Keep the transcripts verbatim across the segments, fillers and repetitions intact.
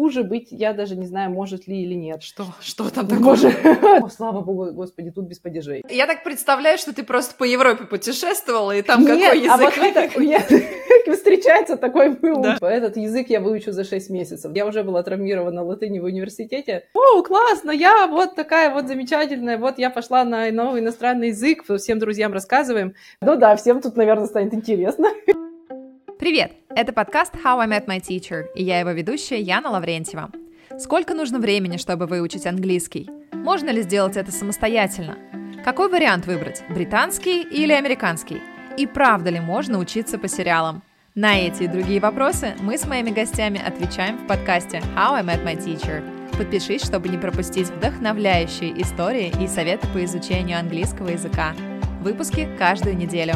хуже быть, я даже не знаю, может ли или нет. Что? Что там такое? Боже, О, слава богу, господи, тут без падежей. Я так представляю, что ты просто по Европе путешествовала, и там нет, какой язык? а вот это, нет, встречается такой был. Да. Этот язык я выучу за шесть месяцев. Я уже была травмирована латыни в университете. О, классно, я вот такая вот замечательная, вот я пошла на новый иностранный язык, всем друзьям рассказываем. Ну да, всем тут, наверное, станет интересно. Привет! Это подкаст How I Met My Teacher, и я его ведущая Яна Лаврентьева. Сколько нужно времени, чтобы выучить английский? Можно ли сделать это самостоятельно? Какой вариант выбрать, британский или американский? И правда ли можно учиться по сериалам? На эти и другие вопросы мы с моими гостями отвечаем в подкасте How I Met My Teacher. Подпишись, чтобы не пропустить вдохновляющие истории и советы по изучению английского языка. Выпуски каждую неделю.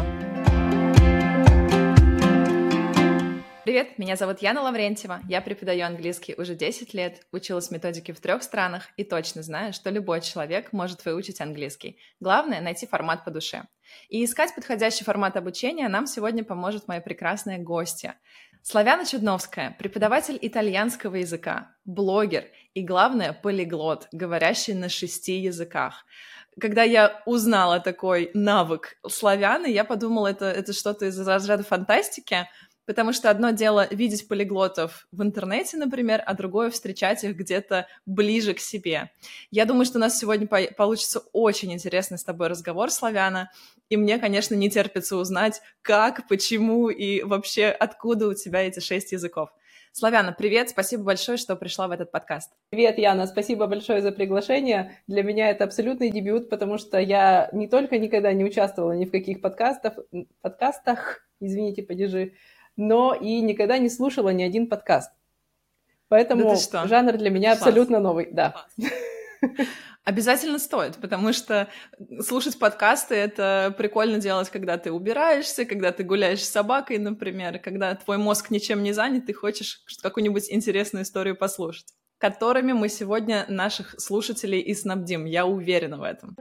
Привет, меня зовут Яна Лаврентьева, я преподаю английский уже десять лет, училась методике в трех странах и точно знаю, что любой человек может выучить английский. Главное — найти формат по душе. И искать подходящий формат обучения нам сегодня поможет моя прекрасная гостья. Славяна Чудновская, преподаватель итальянского языка, блогер и, главное, полиглот, говорящий на шести языках. Когда я узнала такой навык славяны, я подумала, это, это что-то из разряда фантастики, потому что одно дело видеть полиглотов в интернете, например, а другое встречать их где-то ближе к себе. Я думаю, что у нас сегодня по- получится очень интересный с тобой разговор, Славяна, и мне, конечно, не терпится узнать, как, почему и вообще откуда у тебя эти шесть языков. Славяна, привет, спасибо большое, что пришла в этот подкаст. Привет, Яна, спасибо большое за приглашение. Для меня это абсолютный дебют, потому что я не только никогда не участвовала ни в каких подкастах, подкастах, извините, падежи, но и никогда не слушала ни один подкаст. Поэтому да жанр для меня Класс. абсолютно новый. Да. Обязательно стоит, потому что слушать подкасты — это прикольно делать, когда ты убираешься, когда ты гуляешь с собакой, например, когда твой мозг ничем не занят, ты хочешь какую-нибудь интересную историю послушать, которыми мы сегодня наших слушателей и снабдим, я уверена в этом.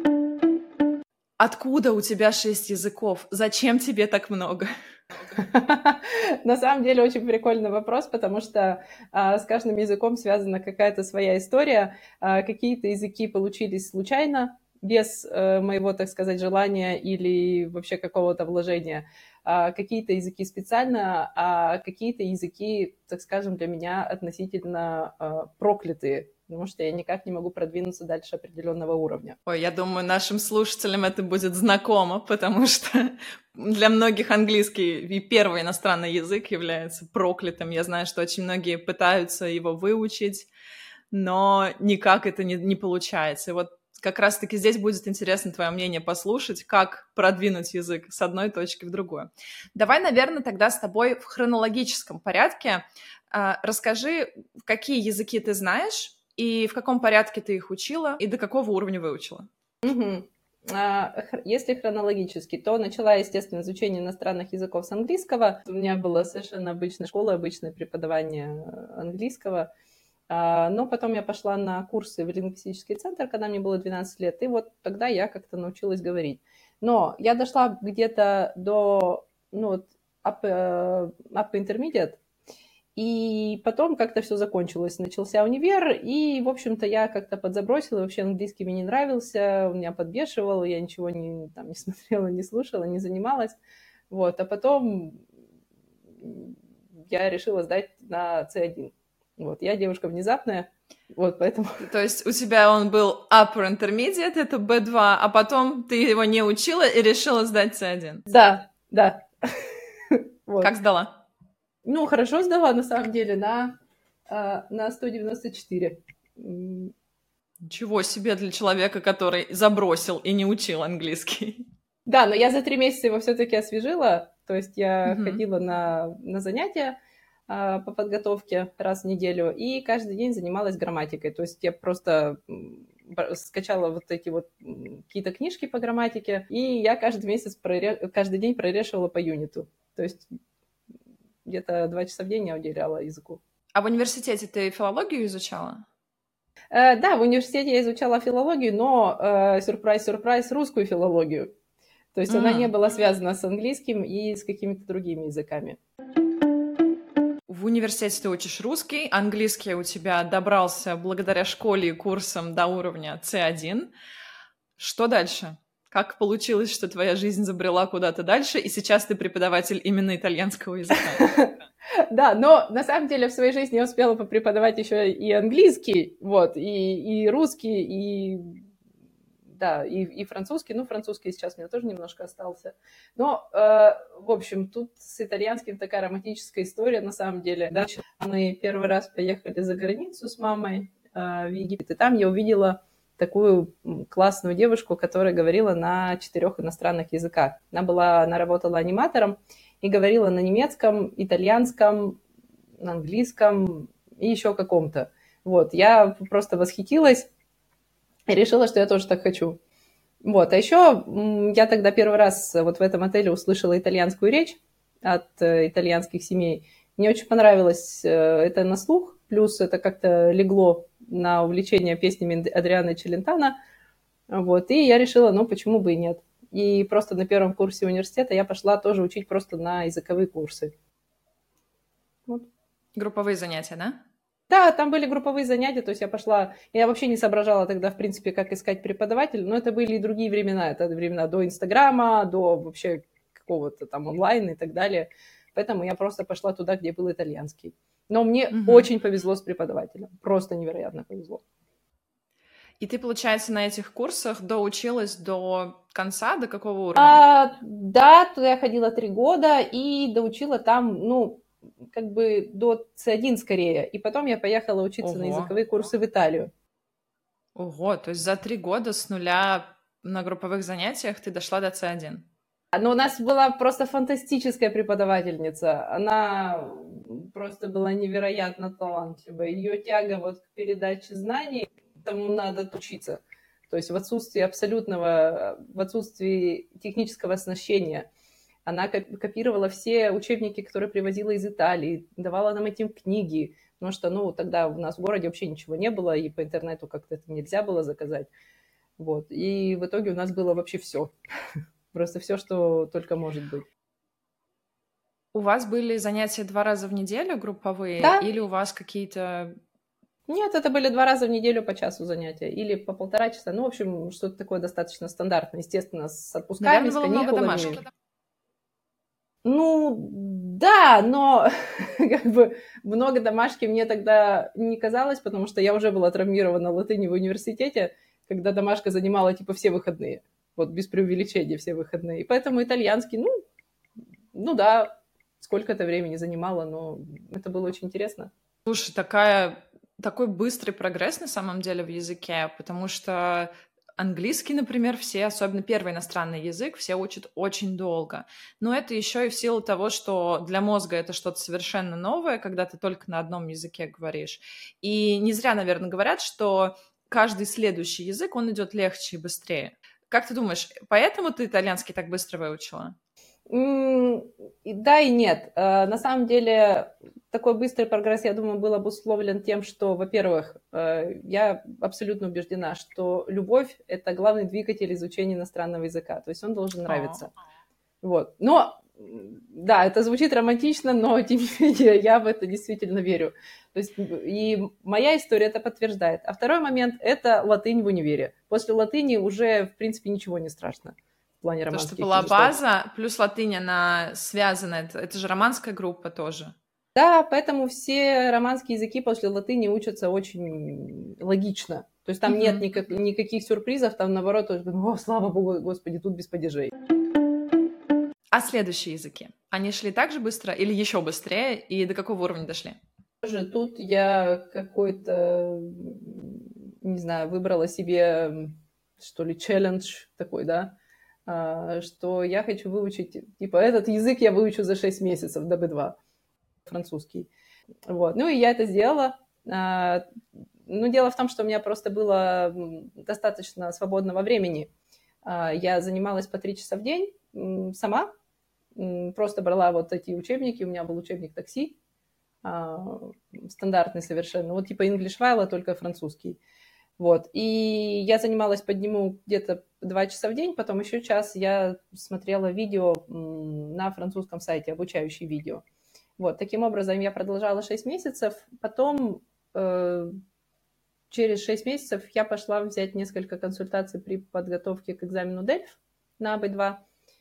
Откуда у тебя шесть языков? Зачем тебе так много? На самом деле очень прикольный вопрос, потому что а, с каждым языком связана какая-то своя история. А, какие-то языки получились случайно, без а, моего, так сказать, желания или вообще какого-то вложения. А, какие-то языки специально, а какие-то языки, так скажем, для меня относительно а, проклятые, потому что я никак не могу продвинуться дальше определенного уровня. Ой, я думаю, нашим слушателям это будет знакомо, потому что для многих английский и первый иностранный язык является проклятым. Я знаю, что очень многие пытаются его выучить, но никак это не, не получается. И вот как раз-таки здесь будет интересно твое мнение послушать, как продвинуть язык с одной точки в другую. Давай, наверное, тогда с тобой в хронологическом порядке а, расскажи, какие языки ты знаешь, и в каком порядке ты их учила, и до какого уровня выучила? Угу. Если хронологически, то начала, естественно, изучение иностранных языков с английского. У меня была совершенно обычная школа, обычное преподавание английского. Но потом я пошла на курсы в лингвистический центр, когда мне было двенадцать лет, и вот тогда я как-то научилась говорить. Но я дошла где-то до ну, вот, upper, upper intermediate, и потом как-то все закончилось. Начался универ, и, в общем-то, я как-то подзабросила. Вообще английский мне не нравился, он меня подбешивал, я ничего не, там, не смотрела, не слушала, не занималась. Вот. А потом я решила сдать на си один. Вот. Я девушка внезапная, вот поэтому... То есть у тебя он был upper intermediate, это би два, а потом ты его не учила и решила сдать си один? Да, да. Вот. Как сдала? Ну, хорошо сдала, на самом деле, на, на сто девяносто четыре. Ничего себе для человека, который забросил и не учил английский. Да, но я за три месяца его все-таки освежила. То есть я Mm-hmm. ходила на, на занятия а, по подготовке раз в неделю и каждый день занималась грамматикой. То есть я просто скачала вот эти вот какие-то книжки по грамматике, и я каждый месяц, проре... каждый день прорешивала по юниту. То есть где-то два часа в день я уделяла языку. А в университете ты филологию изучала? Э, да, в университете я изучала филологию, но, э, сюрприз-сюрприз, русскую филологию. То есть mm. она не была связана с английским и с какими-то другими языками. В университете ты учишь русский, английский у тебя добрался благодаря школе и курсам до уровня си один. Что дальше? Как получилось, что твоя жизнь забрела куда-то дальше, и сейчас ты преподаватель именно итальянского языка? Да, но на самом деле в своей жизни я успела попреподавать еще и английский, вот, и, и русский, и, да, и, и французский. Ну, французский сейчас у меня тоже немножко остался. Но, э, в общем, тут с итальянским такая романтическая история, на самом деле. Да? Мы первый раз поехали за границу с мамой э, в Египет, и там я увидела такую классную девушку, которая говорила на четырех иностранных языках. Она была, она работала аниматором и говорила на немецком, итальянском, на английском и еще каком-то. Вот, я просто восхитилась и решила, что я тоже так хочу. Вот, а еще я тогда первый раз вот в этом отеле услышала итальянскую речь от итальянских семей. Мне очень понравилось это на слух, плюс это как-то легло на увлечение песнями Адриано Челентано. Вот, и я решила, ну, почему бы и нет. И просто на первом курсе университета я пошла тоже учить просто на языковые курсы. Вот. Групповые занятия, да? Да, там были групповые занятия, то есть я пошла... Я вообще не соображала тогда, в принципе, как искать преподавателя, но это были и другие времена. Это времена до Инстаграма, до вообще какого-то там онлайн и так далее. Поэтому я просто пошла туда, где был итальянский. Но мне угу. очень повезло с преподавателем. Просто невероятно повезло. И ты, получается, на этих курсах доучилась до конца, до какого уровня? А, да, туда я ходила три года и доучила там, ну, как бы до си один скорее. И потом я поехала учиться Ого. на языковые курсы в Италию. Ого, то есть за три года с нуля на групповых занятиях ты дошла до си один? Но у нас была просто фантастическая преподавательница. Она просто была невероятно талантливая. Ее тяга вот к передаче знаний, тому надо учиться. То есть в отсутствии абсолютного, в отсутствии технического оснащения. Она копировала все учебники, которые привозила из Италии, давала нам этим книги, потому что, ну, тогда у нас в городе вообще ничего не было, и по интернету как-то это нельзя было заказать. Вот. И в итоге у нас было вообще все. Просто все, что только может быть. У вас были занятия два раза в неделю групповые? Да. Или у вас какие-то... Нет, это были два раза в неделю по часу занятия. Или по полтора часа. Ну, в общем, что-то такое достаточно стандартное. Естественно, с отпусками, Наверное, с было каникулами. много домашки. Ну, да, но как бы много домашки мне тогда не казалось, потому что я уже была травмирована латынью в университете, когда домашка занимала типа все выходные. Вот без преувеличения все выходные. И поэтому итальянский, ну, ну да, сколько-то времени занимало, но это было очень интересно. Слушай, такая, такой быстрый прогресс на самом деле в языке, потому что английский, например, все, особенно первый иностранный язык, все учат очень долго. Но это еще и в силу того, что для мозга это что-то совершенно новое, когда ты только на одном языке говоришь. И не зря, наверное, говорят, что каждый следующий язык, он идет легче и быстрее. Как ты думаешь, поэтому ты итальянский так быстро выучила? Mm, да и нет. На самом деле такой быстрый прогресс, я думаю, был обусловлен тем, что, во-первых, я абсолютно убеждена, что любовь – это главный двигатель изучения иностранного языка, то есть он должен нравиться. Вот. Но, да, это звучит романтично, но, тем не менее, я в это действительно верю. То есть, и моя история это подтверждает. А второй момент – это латынь в универе. После латыни уже, в принципе, ничего не страшно. В плане романских. То, что была база, плюс латынь, она связана, это, это же романская группа тоже. Да, поэтому все романские языки после латыни учатся очень логично. То есть там mm-hmm. нет никак, никаких сюрпризов, там наоборот, о, слава богу, господи, тут без падежей. А следующие языки? Они шли так же быстро или еще быстрее? И до какого уровня дошли? Тоже тут я какой-то, не знаю, выбрала себе, что ли, челлендж такой, да, что я хочу выучить, типа, этот язык я выучу за шесть месяцев до би два, французский. Вот. Ну и я это сделала. Но дело в том, что у меня просто было достаточно свободного времени. Я занималась по три часа в день сама, просто брала вот эти учебники, у меня был учебник такси, стандартный совершенно, вот типа English File, только французский. Вот. И я занималась по нему где-то два часа в день, потом еще час я смотрела видео на французском сайте, обучающие видео. Вот, таким образом, я продолжала шесть месяцев, потом э, через шесть месяцев я пошла взять несколько консультаций при подготовке к экзамену дельф на бэ два,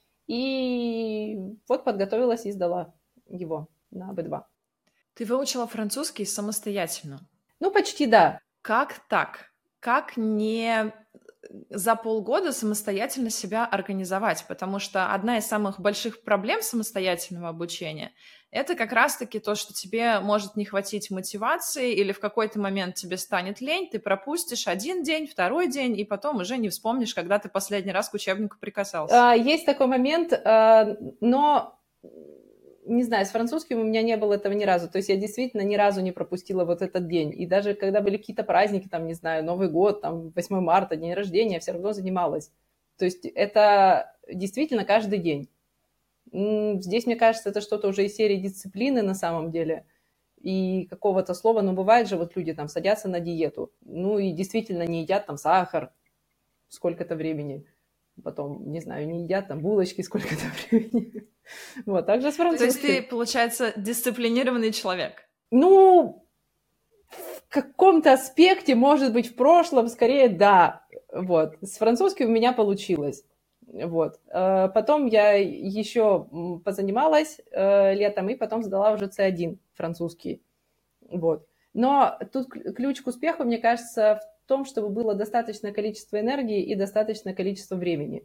и вот подготовилась и сдала его на бэ два. Ты выучила французский самостоятельно? Ну, почти да. Как так? Как не за полгода самостоятельно себя организовать? Потому что одна из самых больших проблем самостоятельного обучения — это как раз-таки то, что тебе может не хватить мотивации, или в какой-то момент тебе станет лень, ты пропустишь один день, второй день, и потом уже не вспомнишь, когда ты последний раз к учебнику прикасался. Есть такой момент, но... Не знаю, с французским у меня не было этого ни разу. То есть я действительно ни разу не пропустила вот этот день. И даже когда были какие-то праздники, там, не знаю, Новый год, там, восьмое марта, день рождения, я все равно занималась. То есть это действительно каждый день. Здесь, мне кажется, это что-то уже из серии дисциплины на самом деле. И какого-то слова, ну, бывает же, вот люди там садятся на диету, ну, и действительно не едят там сахар сколько-то времени. Потом, не знаю, не едят там булочки сколько-то времени. Вот, также с французским. То есть ты, получается, дисциплинированный человек? Ну, в каком-то аспекте, может быть, в прошлом, скорее, да. Вот, с французским у меня получилось. Вот. Потом я еще позанималась летом и потом сдала уже си один французский. Вот. Но тут ключ к успеху, мне кажется, в том, чтобы было достаточное количество энергии и достаточное количество времени.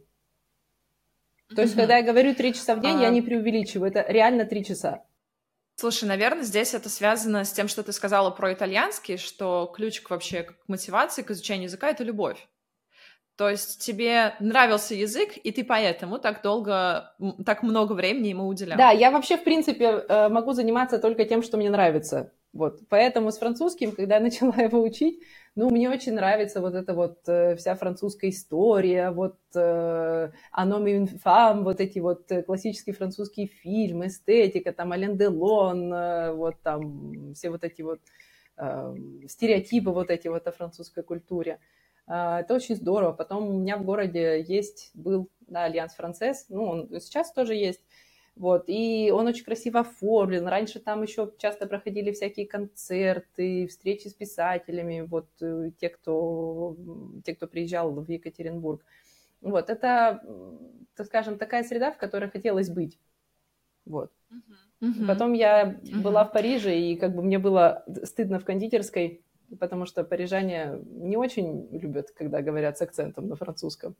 То есть, mm-hmm. когда я говорю три часа в день, а... я не преувеличиваю, это реально три часа. Слушай, наверное, здесь это связано с тем, что ты сказала про итальянский, что ключ к вообще к мотивации, к изучению языка — это любовь. То есть тебе нравился язык, и ты поэтому так долго, так много времени ему уделял. Да, я вообще, в принципе, могу заниматься только тем, что мне нравится. Вот. Поэтому с французским, когда я начала его учить, ну, мне очень нравится вот эта вот э, вся французская история, вот э, «Un homme et une femme», вот эти вот классические французские фильмы, эстетика, там, Ален Делон, э, вот там все вот эти вот э, стереотипы вот эти вот о французской культуре. Э, это очень здорово. Потом у меня в городе есть, был, да, Альянс Францез, ну, он сейчас тоже есть. Вот, и он очень красиво оформлен. Раньше там еще часто проходили всякие концерты, встречи с писателями, вот, те, кто, те, кто приезжал в Екатеринбург. Вот, это, так скажем, такая среда, в которой хотелось быть. Вот. Uh-huh. Потом я uh-huh. была в Париже, и как бы мне было стыдно в кондитерской, потому что парижане не очень любят, когда говорят с акцентом на французском.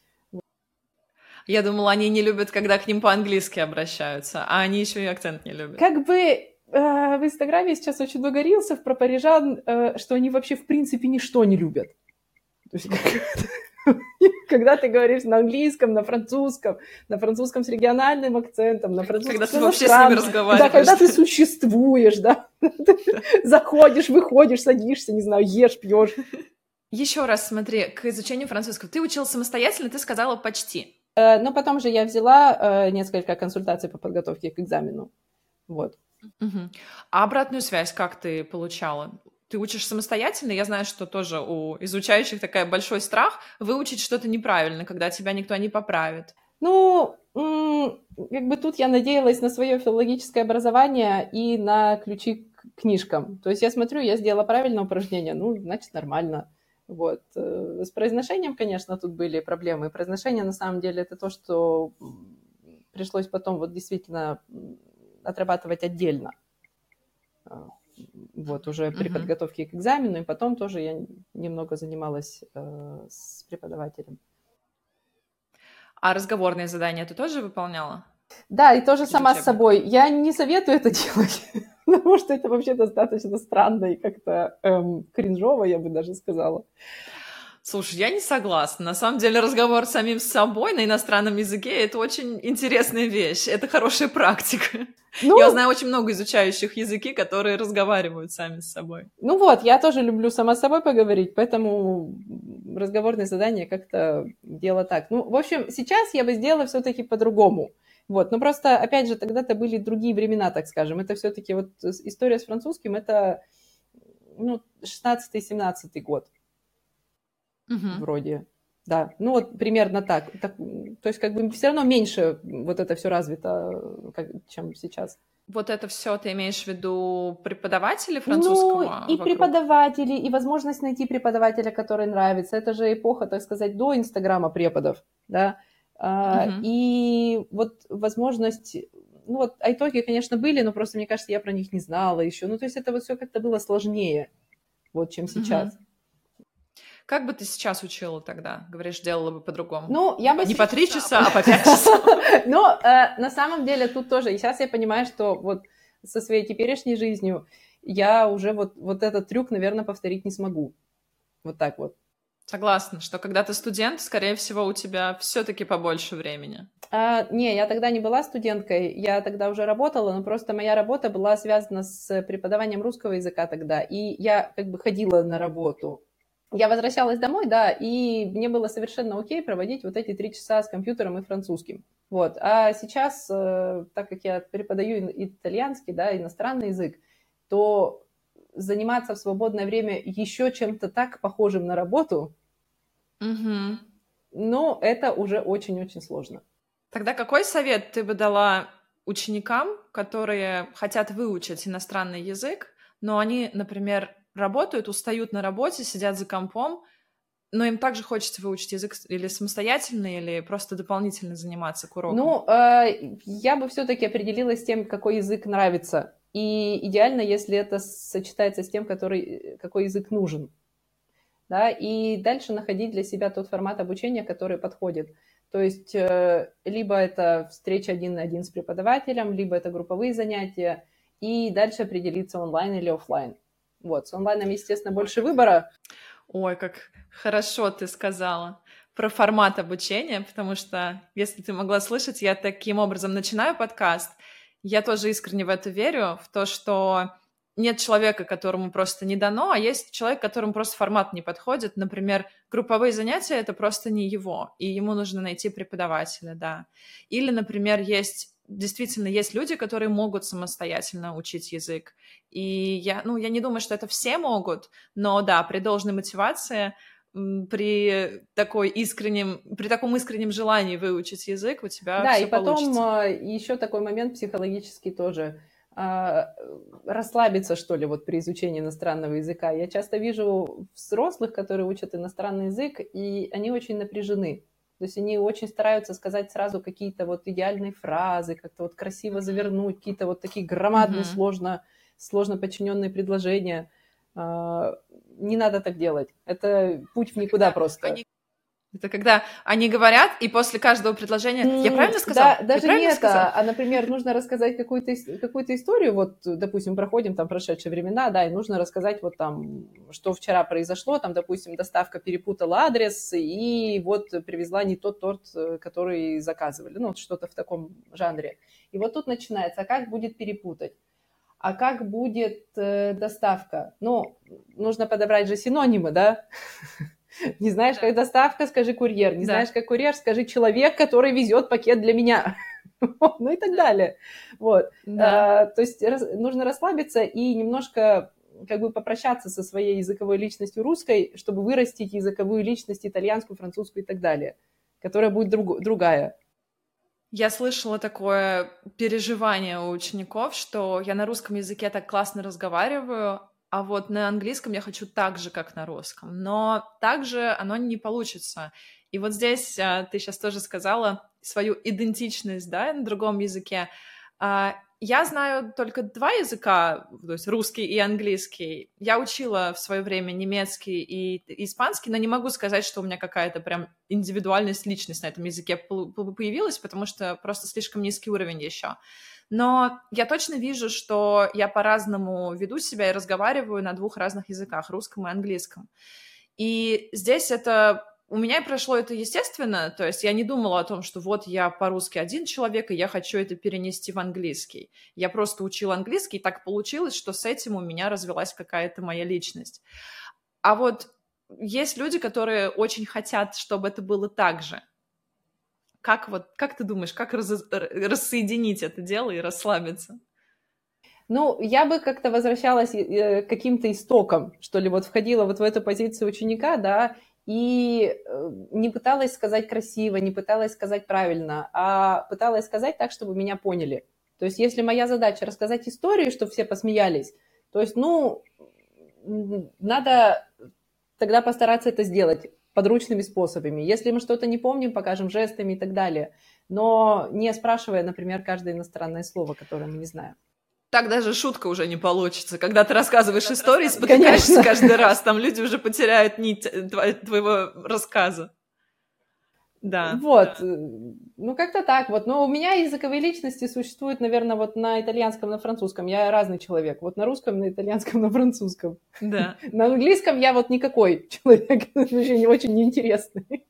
Я думала, они не любят, когда к ним по-английски обращаются, а они еще и акцент не любят. Как бы э, в Инстаграме сейчас очень много рилсов про парижан, э, что они вообще в принципе ничто не любят. То есть, когда ты говоришь на английском, на французском, на французском с региональным акцентом, на французском когда ты вообще с ними разговариваешь. Да, когда ты существуешь, да. Заходишь, выходишь, садишься, не знаю, ешь, пьешь. Еще раз смотри, к изучению французского. Ты училась самостоятельно, ты сказала почти. Но потом же я взяла несколько консультаций по подготовке к экзамену. Вот. Угу. А обратную связь как ты получала? Ты учишь самостоятельно? Я знаю, что тоже у изучающих такой большой страх выучить что-то неправильно, когда тебя никто не поправит. Ну, как бы тут я надеялась на свое филологическое образование и на ключи к книжкам. То есть я смотрю, я сделала правильное упражнение, ну, значит, нормально. Вот. С произношением, конечно, тут были проблемы. Произношение, на самом деле, это то, что пришлось потом вот действительно отрабатывать отдельно. Вот, уже при uh-huh. подготовке к экзамену, и потом тоже я немного занималась э, с преподавателем. А разговорные задания ты тоже выполняла? Да, и тоже сама с собой. Я не советую это делать, потому что это вообще достаточно странно и как-то эм, кринжово, я бы даже сказала. Слушай, я не согласна. На самом деле разговор с самим собой на иностранном языке — это очень интересная вещь. Это хорошая практика. Ну, я знаю очень много изучающих языки, которые разговаривают сами с собой. Ну вот, я тоже люблю сама с собой поговорить, поэтому разговорные задания как-то дело так. Ну, в общем, сейчас я бы сделала все-таки по-другому. Вот, но просто, опять же, тогда-то были другие времена, так скажем. Это все-таки вот история с французским, это, ну, шестнадцатый-семнадцатый год. Угу. Вроде, да. Ну, вот примерно так. так. То есть, как бы, все равно меньше вот это все развито, как, чем сейчас. вот это все ты имеешь в виду преподаватели французского? Ну, и вокруг? преподаватели, и возможность найти преподавателя, который нравится. Это же эпоха, так сказать, до Инстаграма преподов, да. А, Мгм. и вот возможность, ну вот айтоки, конечно, были, но просто, мне кажется, я про них не знала еще. Ну, то есть это вот все как-то было сложнее, вот, чем сейчас. Мгм. Как бы ты сейчас учила тогда? Говоришь, делала бы по-другому. Ну, я бы... Не с- по три часа, а по пять часов. Но э, на самом деле тут тоже, и сейчас я понимаю, что вот со своей теперешней жизнью я уже вот, вот этот трюк, наверное, повторить не смогу. Вот так вот. Согласна, что когда ты студент, скорее всего, у тебя все-таки побольше времени. А, не, я тогда не была студенткой, я тогда уже работала, но просто моя работа была связана с преподаванием русского языка тогда, и я как бы ходила на работу. Я возвращалась домой, да, и мне было совершенно окей проводить вот эти три часа с компьютером и французским. Вот. А сейчас, э, так как я преподаю итальянский, да, иностранный язык, то заниматься в свободное время еще чем-то так похожим на работу, Угу. ну, это уже очень-очень сложно. Тогда какой совет ты бы дала ученикам, которые хотят выучить иностранный язык, но они, например, работают, устают на работе, сидят за компом, но им также хочется выучить язык или самостоятельно, или просто дополнительно заниматься к урокам? Ну, э, я бы все-таки определилась с тем, какой язык нравится. И идеально, если это сочетается с тем, который, какой язык нужен. Да? И дальше находить для себя тот формат обучения, который подходит. То есть э, либо это встреча один на один с преподавателем, либо это групповые занятия, и дальше определиться онлайн или офлайн. Вот. С онлайном, естественно, больше выбора. Ой, как хорошо ты сказала про формат обучения, потому что, если ты могла слышать, я таким образом начинаю подкаст. Я тоже искренне в это верю, в то, что нет человека, которому просто не дано, а есть человек, которому просто формат не подходит. Например, групповые занятия — это просто не его, и ему нужно найти преподавателя, да. Или, например, есть действительно есть люди, которые могут самостоятельно учить язык. И я, ну, я не думаю, что это все могут, но да, при должной мотивации, при такой искреннем, при таком искреннем желании выучить язык у тебя Да, все и потом получится. еще такой момент психологический тоже. Расслабиться, что ли, вот при изучении иностранного языка. Я часто вижу взрослых, которые учат иностранный язык, и они очень напряжены. То есть они очень стараются сказать сразу какие-то вот идеальные фразы, как-то вот красиво завернуть, какие-то вот такие громадные, Мгм. сложно, сложно подчиненные предложения. Не надо так делать. Это путь в никуда просто. Они- Это когда они говорят, и после каждого предложения «Я М, правильно сказал? Да, Я даже не правильно это, сказал?» а, например, нужно рассказать какую-то, ис- какую-то историю, вот, допустим, проходим там прошедшие времена, да, и нужно рассказать вот там, что вчера произошло, там, допустим, доставка перепутала адрес, и вот привезла не тот торт, э, который заказывали, ну, вот что-то в таком жанре. И вот тут начинается, а как будет перепутать? А как будет э, доставка? Ну, нужно подобрать же синонимы, да? Не знаешь, как доставка, скажи курьер. Не Да. знаешь, как курьер, скажи человек, который везет пакет для меня. Ну и так далее. Вот. Да. А, то есть раз, нужно расслабиться и немножко как бы попрощаться со своей языковой личностью русской, чтобы вырастить языковую личность итальянскую, французскую и так далее, которая будет друг, другая. Я слышала такое переживание у учеников, что я на русском языке так классно разговариваю, а вот на английском я хочу так же, как на русском. Но так же оно не получится. И вот здесь а, ты сейчас тоже сказала свою идентичность, да, на другом языке. А, я знаю только два языка, то есть русский и английский. Я учила в свое время немецкий и испанский, но не могу сказать, что у меня какая-то прям индивидуальность, личность на этом языке появилась, потому что просто слишком низкий уровень еще. Но я точно вижу, что я по-разному веду себя и разговариваю на двух разных языках, русском и английском. И здесь это... У меня прошло это естественно, то есть я не думала о том, что вот я по-русски один человек, и я хочу это перенести в английский. Я просто учила английский, и так получилось, что с этим у меня развилась какая-то моя личность. А вот есть люди, которые очень хотят, чтобы это было так же. Как, вот, как ты думаешь, как раз, рассоединить это дело и расслабиться? Ну, я бы как-то возвращалась к каким-то истокам, что ли, вот входила вот в эту позицию ученика, да, и не пыталась сказать красиво, не пыталась сказать правильно, а пыталась сказать так, чтобы меня поняли. То есть если моя задача рассказать историю, чтобы все посмеялись, то есть, ну, надо тогда постараться это сделать подручными способами. Если мы что-то не помним, покажем жестами и так далее. Но не спрашивая, например, каждое иностранное слово, которое мы не знаем. Так даже шутка уже не получится. Когда ты рассказываешь когда истории, спотыкаешься каждый раз, там люди уже потеряют нить твоего рассказа. Да. Вот, ну как-то так вот. Но у меня языковые личности существуют, наверное, вот на итальянском, на французском. Я разный человек. Вот на русском, на итальянском, на французском. Да. На английском я вот никакой человек, вообще не очень неинтересный.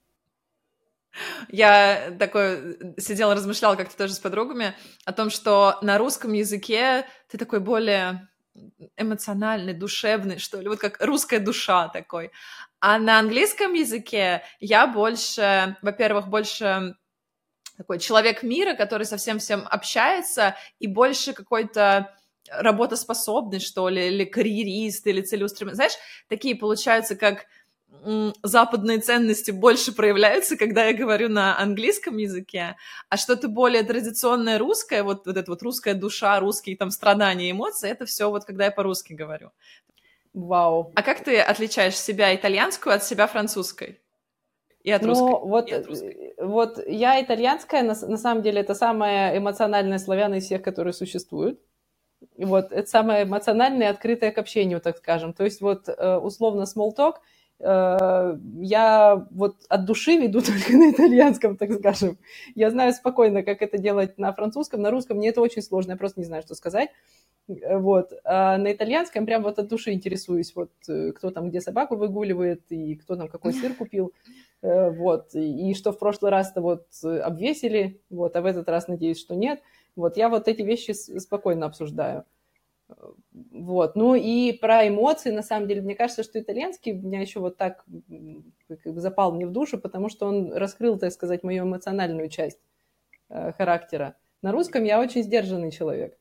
Я такой сидела, размышляла как-то тоже с подругами о том, что на русском языке ты такой более эмоциональный, душевный, что ли, вот как русская душа такой. А на английском языке я больше, во-первых, больше такой человек мира, который со всем всем общается, и больше какой-то работоспособный, что ли, или карьерист, или целеустремленный. Знаешь, такие получаются, как западные ценности больше проявляются, когда я говорю на английском языке, а что-то более традиционное русское, вот, вот эта вот русская душа, русские там страдания, эмоции, это все вот когда я по-русски говорю. Вау. А как ты отличаешь себя итальянскую от себя французской? И от ну, русской? Вот, и от русской. Вот я итальянская, на, на самом деле, это самая эмоциональная славяна из всех, которые существуют. Вот, это самая эмоциональная, открытая к общению, так скажем. То есть вот условно small talk я вот от души веду только на итальянском, так скажем. Я знаю спокойно, как это делать на французском, на русском мне это очень сложно, я просто не знаю, что сказать. Вот. А на итальянском прям вот от души интересуюсь, вот кто там где собаку выгуливает, и кто там какой сыр купил, вот, и что в прошлый раз-то вот обвесили, вот, а в этот раз, надеюсь, что нет. Вот, я вот эти вещи спокойно обсуждаю. Вот. Ну и про эмоции, на самом деле, мне кажется, что итальянский у меня еще вот так как бы запал мне в душу, потому что он раскрыл, так сказать, мою эмоциональную часть э, характера. На русском я очень сдержанный человек.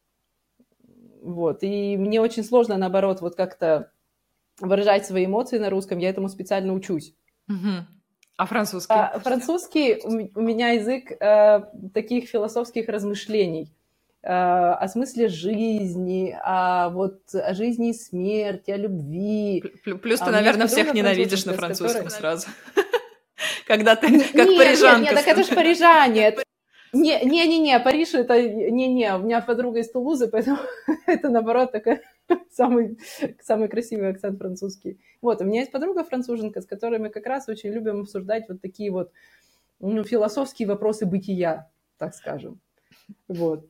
Вот. И мне очень сложно, наоборот, вот как-то выражать свои эмоции на русском. Я этому специально учусь. Угу. А французский? А, французский у меня язык э, таких философских размышлений о смысле жизни, о, вот, о жизни и смерти, о любви. Плюс ты, а наверное, всех ненавидишь на французском которой... сразу. Когда ты как нет, парижанка. Нет, нет, так это же парижане. Не-не-не, Париж это... Не-не, у меня подруга из Тулузы, поэтому это, наоборот, такой самый, самый красивый акцент французский. Вот, у меня есть подруга француженка, с которой мы как раз очень любим обсуждать вот такие вот ну, философские вопросы бытия, так скажем. Вот.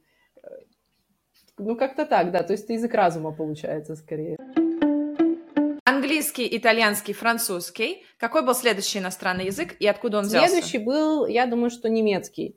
Ну, как-то так, да. То есть это язык разума получается скорее. Английский, итальянский, французский. Какой был следующий иностранный язык и откуда он взялся? Следующий был, я думаю, что немецкий.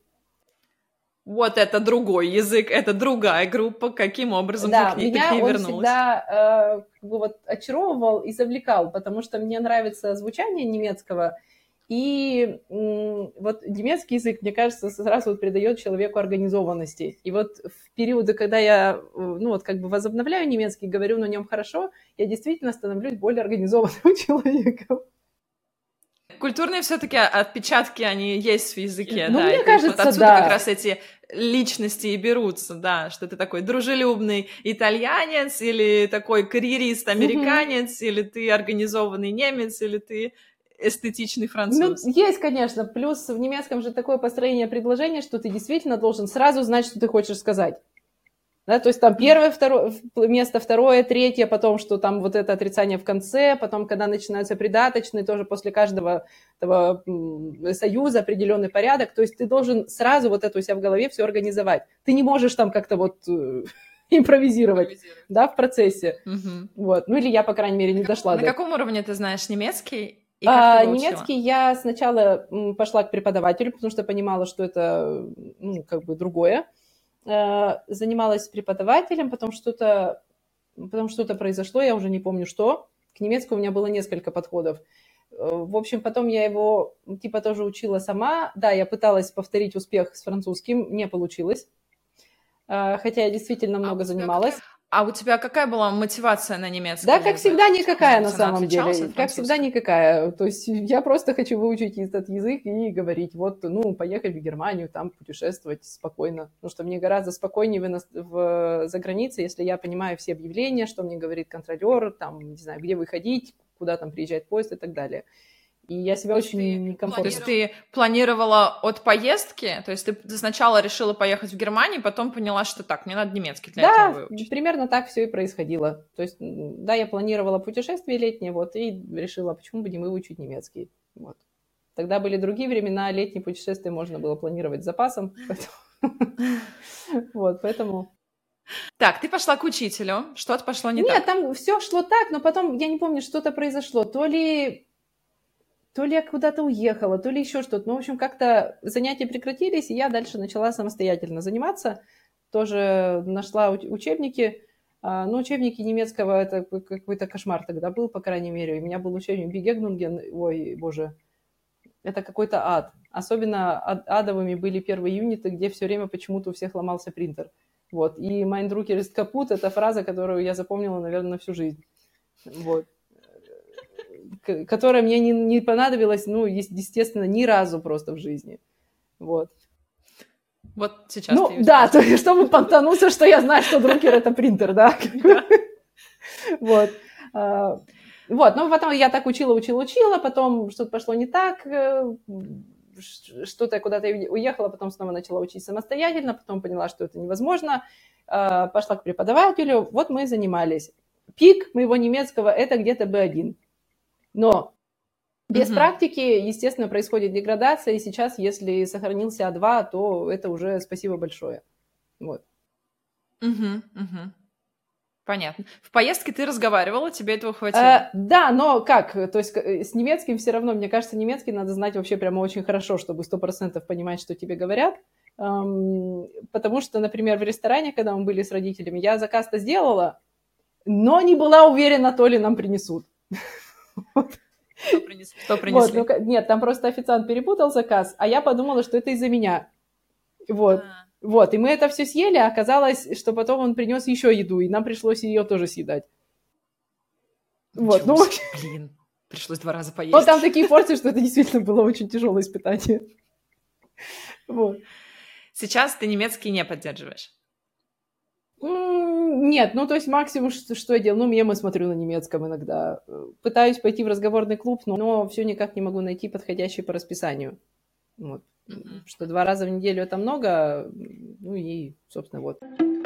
Вот это другой язык, это другая группа. Каким образом да, ты к ней, меня ты к ней он вернулась? всегда э, вот, очаровывал и завлекал, потому что мне нравится звучание немецкого. И вот немецкий язык, мне кажется, сразу вот придает человеку организованности. И вот в периоды, когда я, ну вот как бы возобновляю немецкий, говорю на нем хорошо, я действительно становлюсь более организованным человеком. Культурные все-таки отпечатки, они есть в языке, ну, да. Мне и кажется, вот отсюда да. как раз эти личности и берутся, да, что ты такой дружелюбный итальянец, или такой карьерист-американец, mm-hmm. или ты организованный немец, или ты эстетичный француз. Ну, есть, конечно. Плюс в немецком же такое построение предложения, что ты действительно должен сразу знать, что ты хочешь сказать. Да, то есть там первое, второе, место, второе, третье, потом, что там вот это отрицание в конце, потом, когда начинаются придаточные, тоже после каждого этого союза определенный порядок. То есть ты должен сразу вот это у себя в голове все организовать. Ты не можешь там как-то вот импровизировать, импровизировать. Да, в процессе. Угу. Вот. Ну или я, по крайней мере, не дошла На до... каком уровне ты знаешь немецкий? И а, немецкий я сначала пошла к преподавателю, потому что понимала, что это ну, как бы другое. Занималась с преподавателем, потом что-то, потом что-то произошло, я уже не помню что. К немецкому у меня было несколько подходов. В общем, потом я его типа тоже учила сама. Да, я пыталась повторить успех с французским, не получилось. Хотя я действительно много а занималась. А у тебя какая была мотивация на немецкий Да, язык? как всегда, никакая на Она самом деле. отличалась от Как всегда, французского? никакая. То есть я просто хочу выучить этот язык и говорить, вот, ну, поехать в Германию, там путешествовать спокойно. Потому что мне гораздо спокойнее в, ино- в, за границей, если я понимаю все объявления, что мне говорит контролер, там, не знаю, где выходить, куда там приезжает поезд и так далее. И я себя То есть очень ты, некомфортно... то есть ты планировала от поездки? То есть ты сначала решила поехать в Германию, потом поняла, что так, мне надо немецкий для этого Да, выучить. примерно так все и происходило. То есть, м, да, я планировала путешествие летнее, вот, и решила, почему бы не выучить немецкий. Вот. Тогда были другие времена, летние путешествия можно было планировать с запасом. поэтому- Вот, поэтому... Так, ты пошла к учителю, что-то пошло не Нет, так. там все шло так, но потом, я не помню, что-то произошло. То ли, то ли я куда-то уехала, то ли еще что-то. Ну, в общем, как-то занятия прекратились, и я дальше начала самостоятельно заниматься. Тоже нашла уч- учебники. А, Ну, учебники немецкого, это ка- какой-то кошмар тогда был, по крайней мере. У меня был учебник Бигегнунген, ой, боже, это какой-то ад. Особенно ад- адовыми были первые юниты, где все время почему-то у всех ломался принтер. Вот. И «Mein Drucker ist kaputt» — это фраза, которую я запомнила, наверное, на всю жизнь. Вот. К- Которая мне не, не понадобилась, ну, ес- естественно, ни разу просто в жизни. Вот. Вот сейчас Ну, ты её да, то используешь. есть, чтобы понтануться, что я знаю, что Друкер — это принтер, да. Да. Вот. А, Вот, ну, потом я так учила, учила, учила, потом что-то пошло не так, э, ш- что-то я куда-то уехала, потом снова начала учить самостоятельно, потом поняла, что это невозможно, а, пошла к преподавателю, вот мы и занимались. Пик моего немецкого — это где-то би один. Но без Мгм. практики, естественно, происходит деградация, и сейчас, если сохранился а два, то это уже спасибо большое. Вот. Мгм, мгм. Понятно. В поездке ты разговаривала, тебе этого хватило? Э, да, но как? То есть э, с немецким все равно, мне кажется, немецкий надо знать вообще прямо очень хорошо, чтобы сто процентов понимать, что тебе говорят. Эм, потому что, например, в ресторане, когда мы были с родителями, я заказ-то сделала, но не была уверена, то ли нам принесут. Что принесли? Что Вот, принесли? ну, ка- нет, там просто официант перепутал заказ, а я подумала, что это из-за меня. Вот. А, Вот, и мы это все съели, а оказалось, что потом он принес еще еду, и нам пришлось ее тоже съедать. Вот, ничего ну, себе. Блин, пришлось два раза но поесть. там такие порции, что это действительно было очень тяжелое испытание. Вот. Сейчас ты немецкий не поддерживаешь. М, Нет, ну, то есть максимум, что, что я делаю, ну, мемы смотрю на немецком иногда. Э, Пытаюсь пойти в разговорный клуб, но, но все никак не могу найти подходящий по расписанию. Вот. Мгм. Что два раза в неделю это много, ну и, собственно, вот.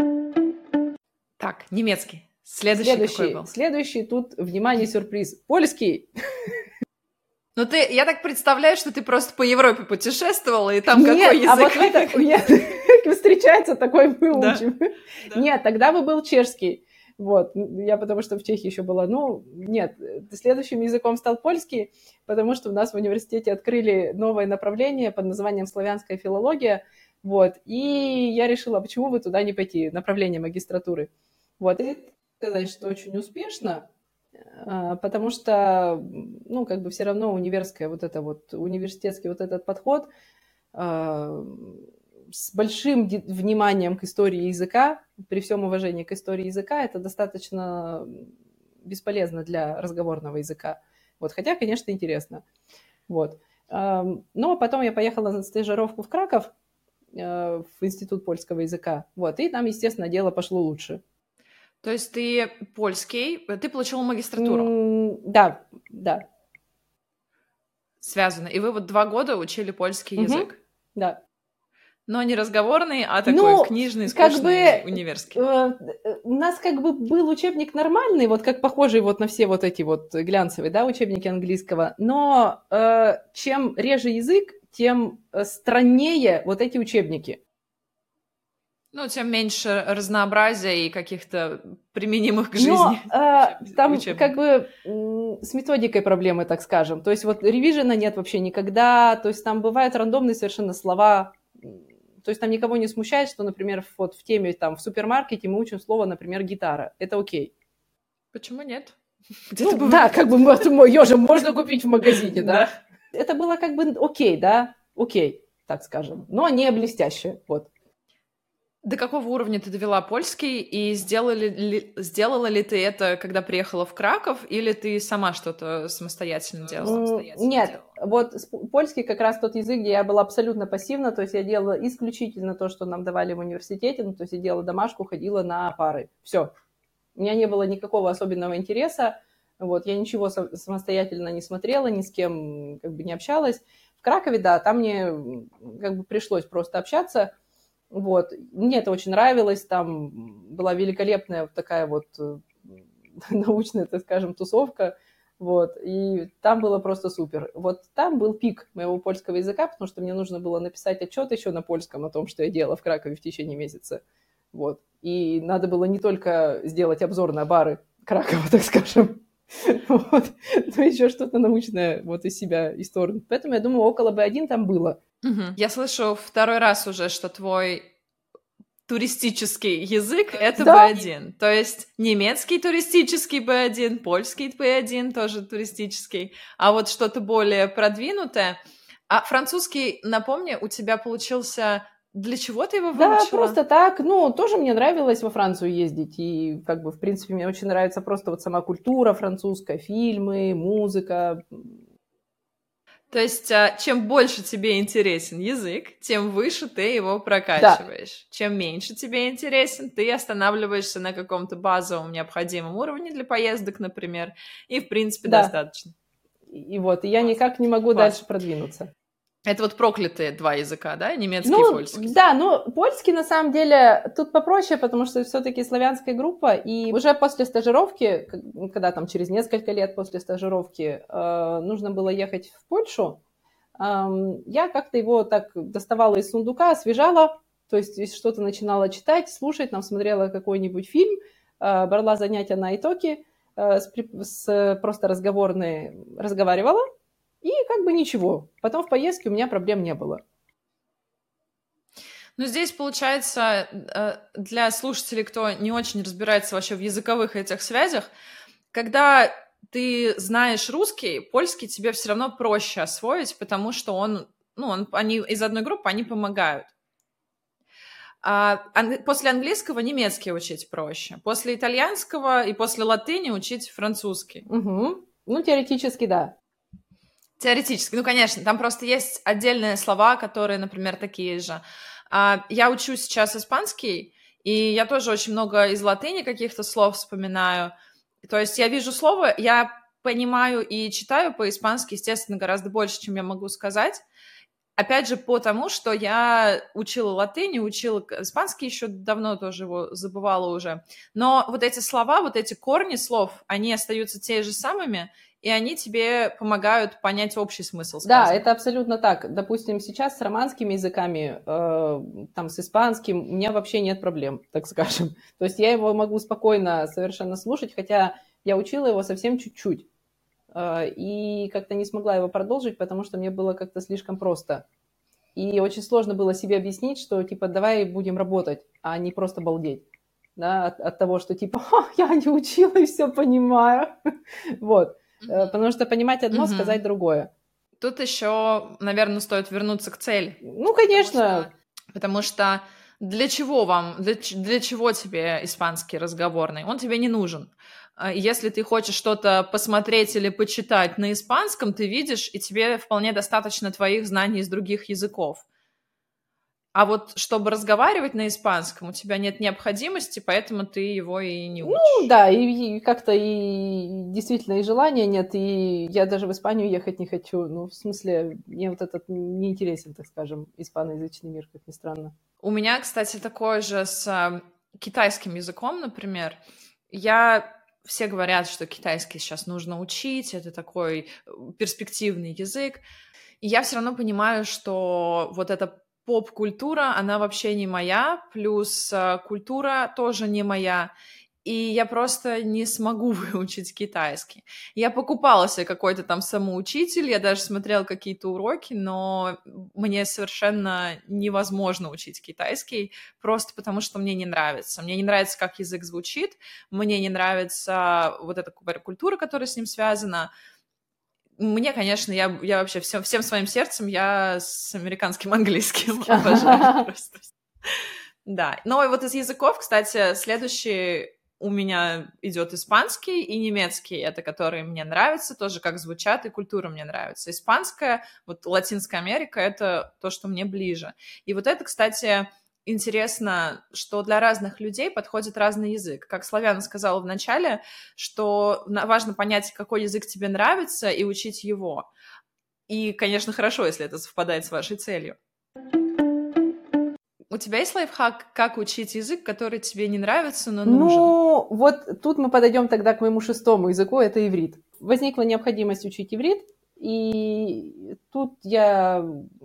Так, немецкий. Следующий, какой Следующий, был? следующий тут, внимание, сюрприз. Польский. Ну, ты, я так представляю, что ты просто по Европе путешествовала, и там какой Нет, язык? а вот это, нет, встречается такой, мы Да, учим. да. Нет, тогда бы был чешский. Вот, я потому что в Чехии еще была. Ну, нет, следующим языком стал польский, потому что у нас в университете открыли новое направление под названием славянская филология. Вот, и я решила, почему бы туда не пойти, направление магистратуры. Вот, и сказать, что очень успешно, а, потому что, ну, как бы все равно универское вот это вот, университетский вот этот подход а, с большим ди- вниманием к истории языка, при всем уважении к истории языка, это достаточно бесполезно для разговорного языка. Вот, хотя, конечно, интересно. Вот. Ам, Но потом я поехала на стажировку в Краков, э, в Институт польского языка. Вот, и там, естественно, дело пошло лучше. То есть ты польский, ты получила магистратуру, М, Да, да. связано, и вы вот два года учили польский Мгм. язык. Да. Но не разговорный, а такой Ну, книжный, как скучный, бы универский. э, у нас как бы был учебник нормальный, вот как похожий вот на все вот эти вот глянцевые, да, учебники английского, но э, чем реже язык, тем э, страннее вот эти учебники. Ну, тем меньше разнообразия и каких-то применимых к Но жизни э, учеб- там учебников. как бы м, с методикой проблемы, так скажем. То есть вот ревижена нет вообще никогда, то есть там бывают рандомные совершенно слова. М, То есть там никого не смущает, что, например, вот в теме там в супермаркете мы учим слово, например, гитара. Это окей. Почему нет? Где-то Ну бывает. да, как бы мы- ее же можно купить в магазине, да? Да. Это было как бы окей, да, окей, так скажем, но не блестяще, вот. До какого уровня ты довела польский, и сделали ли, сделала ли ты это, когда приехала в Краков, или ты сама что-то самостоятельно делала? Самостоятельно Нет, делала? вот польский как раз тот язык, где я была абсолютно пассивна, то есть я делала исключительно то, что нам давали в университете, ну, то есть я делала домашку, ходила на пары, все. У меня не было никакого особенного интереса, вот, я ничего самостоятельно не смотрела, ни с кем как бы не общалась. В Кракове, да, там мне как бы пришлось просто общаться. Вот. Мне это очень нравилось, там была великолепная вот такая вот научная, так скажем, тусовка, вот, и там было просто супер. Вот там был пик моего польского языка, потому что мне нужно было написать отчет еще на польском о том, что я делала в Кракове в течение месяца, вот, и надо было не только сделать обзор на бары Кракова, так скажем, вот, но еще что-то научное вот из себя исторгнуть. Поэтому я думаю, около би один там было. Угу. Я слышу второй раз уже, что твой туристический язык — это да. би один. То есть немецкий туристический би один, польский би один тоже туристический, а вот что-то более продвинутое. А французский, напомни, у тебя получился... Для чего ты его выучила? Да, просто так. Ну, тоже мне нравилось во Францию ездить. И, как бы, в принципе, мне очень нравится просто вот сама культура французская, фильмы, музыка. То есть, чем больше тебе интересен язык, тем выше ты его прокачиваешь. Да. Чем меньше тебе интересен, ты останавливаешься на каком-то базовом необходимом уровне для поездок, например, и, в принципе, да. достаточно. И вот, и я никак не могу Класс. дальше продвинуться. Это вот проклятые два языка, да? Немецкий ну, и польский. Да, ну, польский, на самом деле, тут попроще, потому что все-таки славянская группа, и уже после стажировки, когда там через несколько лет после стажировки э, нужно было ехать в Польшу, э, я как-то его так доставала из сундука, освежала, то есть что-то начинала читать, слушать, там смотрела какой-нибудь фильм, э, брала занятия на итоге, э, с, с просто разговорные, разговаривала, и как бы ничего. Потом в поездке у меня проблем не было. Ну, здесь, получается, для слушателей, кто не очень разбирается вообще в языковых этих связях, когда ты знаешь русский, польский тебе все равно проще освоить, потому что он, ну, он, они из одной группы, они помогают. А после английского немецкий учить проще. После итальянского и после латыни учить французский. Угу. Ну, теоретически, да. Теоретически, ну, конечно, там просто есть отдельные слова, которые, например, такие же. Я учу сейчас испанский, и я тоже очень много из латыни каких-то слов вспоминаю. То есть я вижу слово, я понимаю и читаю по-испански, естественно, гораздо больше, чем я могу сказать. Опять же, потому что я учила латынь, учила испанский еще давно, тоже его забывала уже. Но вот эти слова, вот эти корни слов, они остаются те же самыми, и они тебе помогают понять общий смысл сказанного. Да, это абсолютно так. Допустим, сейчас с романскими языками, э, там, с испанским у меня вообще нет проблем, так скажем. То есть я его могу спокойно совершенно слушать, хотя я учила его совсем чуть-чуть. Э, и как-то не смогла его продолжить, потому что мне было как-то слишком просто. И очень сложно было себе объяснить, что, типа, давай будем работать, а не просто балдеть. Да, от, от того, что, типа, я не учила и все понимаю. Вот. Mm-hmm. Потому что понимать одно, mm-hmm. сказать другое. Тут еще, наверное, стоит вернуться к цели. Ну, конечно. Потому что, потому что для чего вам, для, для чего тебе испанский разговорный? Он тебе не нужен. Если ты хочешь что-то посмотреть или почитать на испанском, ты видишь, и тебе вполне достаточно твоих знаний из других языков. А вот чтобы разговаривать на испанском, у тебя нет необходимости, поэтому ты его и не учишь. Ну, да, и, и как-то и действительно и желания нет, и я даже в Испанию ехать не хочу. Ну, в смысле, мне вот этот не интересен, так скажем, испаноязычный мир, как ни странно. У меня, кстати, такое же с китайским языком, например. Я... Все говорят, что китайский сейчас нужно учить, это такой перспективный язык. И я все равно понимаю, что вот эта поп-культура, она вообще не моя, плюс культура тоже не моя, и я просто не смогу выучить китайский. Я покупала себе какой-то там самоучитель, я даже смотрела какие-то уроки, но мне совершенно невозможно учить китайский, просто потому что мне не нравится. Мне не нравится, как язык звучит, мне не нравится вот эта культура, которая с ним связана. Мне, конечно, я, я вообще всем, всем своим сердцем я с американским английским обожаю просто. Да, но вот из языков, кстати, следующий у меня идет испанский и немецкий, это которые мне нравятся, тоже как звучат, и культура мне нравится. Испанская, вот Латинская Америка, это то, что мне ближе. И вот это, кстати, интересно, что для разных людей подходит разный язык. Как Славяна сказала в начале, что важно понять, какой язык тебе нравится, и учить его. И, конечно, хорошо, если это совпадает с вашей целью. У тебя есть лайфхак, как учить язык, который тебе не нравится, но нужен? Ну, вот тут мы подойдем тогда к моему шестому языку, это иврит. Возникла необходимость учить иврит, и тут я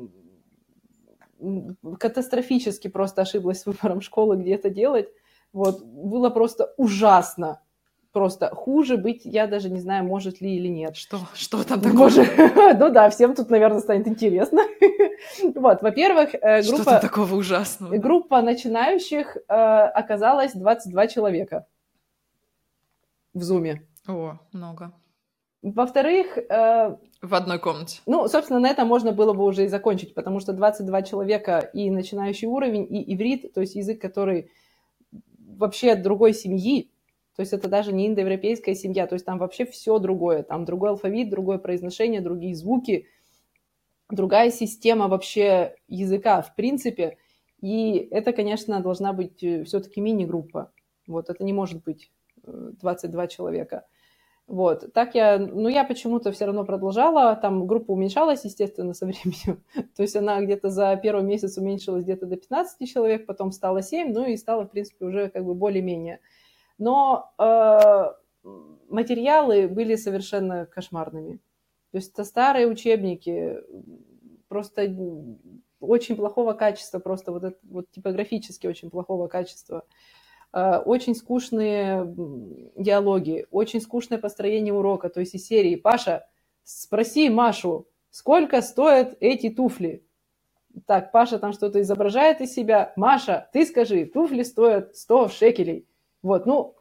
катастрофически просто ошиблась с выбором школы, где это делать. Вот, было просто ужасно. Просто хуже быть, я даже не знаю, может ли или нет. Что? Что там такое? Боже, ну да, всем тут, наверное, станет интересно. Вот, во-первых, группа... Что там такого ужасного? Группа начинающих оказалась двадцать два человека в Зуме. О, много. Во-вторых... В одной комнате. Ну, собственно, на этом можно было бы уже и закончить, потому что двадцать два человека и начинающий уровень, и иврит, то есть язык, который вообще от другой семьи, то есть это даже не индоевропейская семья, то есть там вообще все другое, там другой алфавит, другое произношение, другие звуки, другая система вообще языка в принципе, и это, конечно, должна быть все-таки мини-группа, вот, это не может быть двадцать два человека. Вот, так я, ну, я почему-то все равно продолжала, там группа уменьшалась, естественно, со временем, то есть она где-то за первый месяц уменьшилась где-то до пятнадцати человек, потом стало семь, ну, и стало, в принципе, уже как бы более-менее. Но э, материалы были совершенно кошмарными. То есть это старые учебники, просто очень плохого качества, просто вот, это, вот типографически очень плохого качества. Э, очень скучные диалоги, очень скучное построение урока. То есть из серии «Паша, спроси Машу, сколько стоят эти туфли?» Так, Паша там что-то изображает из себя. «Маша, ты скажи, туфли стоят сто шекелей». Вот, ну,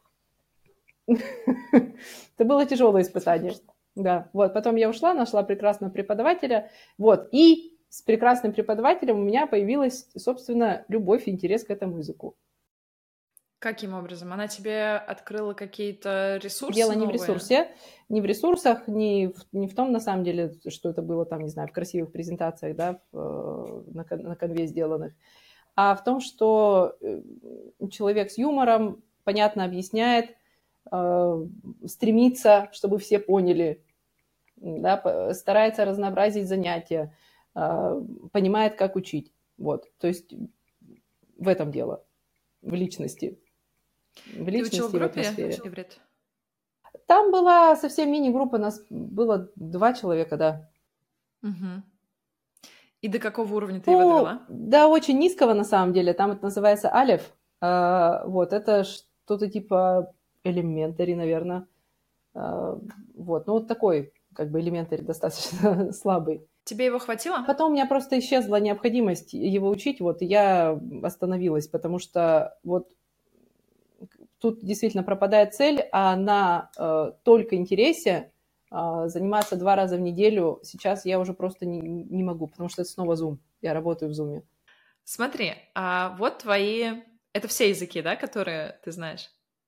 это было тяжелое испытание. Да, вот, потом я ушла, нашла прекрасного преподавателя, вот, и с прекрасным преподавателем у меня появилась, собственно, любовь и интерес к этому языку. Каким образом? Она тебе открыла какие-то ресурсы Дело не новые? в ресурсе, не в ресурсах, не в, не в том, на самом деле, что это было там, не знаю, в красивых презентациях, да, в, на, на конве сделанных, а в том, что человек с юмором понятно объясняет, э, стремится, чтобы все поняли, да, старается разнообразить занятия, э, понимает, как учить. Вот, то есть в этом дело, в личности. В личности. Ты учила в группе иврит? Там была совсем мини-группа, нас было два человека, да. Угу. И до какого уровня ты ну, его довела? До очень низкого, на самом деле. Там это называется алеф. А, вот, это что-то типа элементари, наверное. А, вот, ну вот такой, как бы, элементари достаточно слабый. Тебе его хватило? Потом у меня просто исчезла необходимость его учить, вот, и я остановилась, потому что вот тут действительно пропадает цель, а на э, только интересе э, заниматься два раза в неделю сейчас я уже просто не, не могу, потому что это снова Zoom. Я работаю в Zoom. Смотри, а вот твои... Это все языки, да, которые ты знаешь?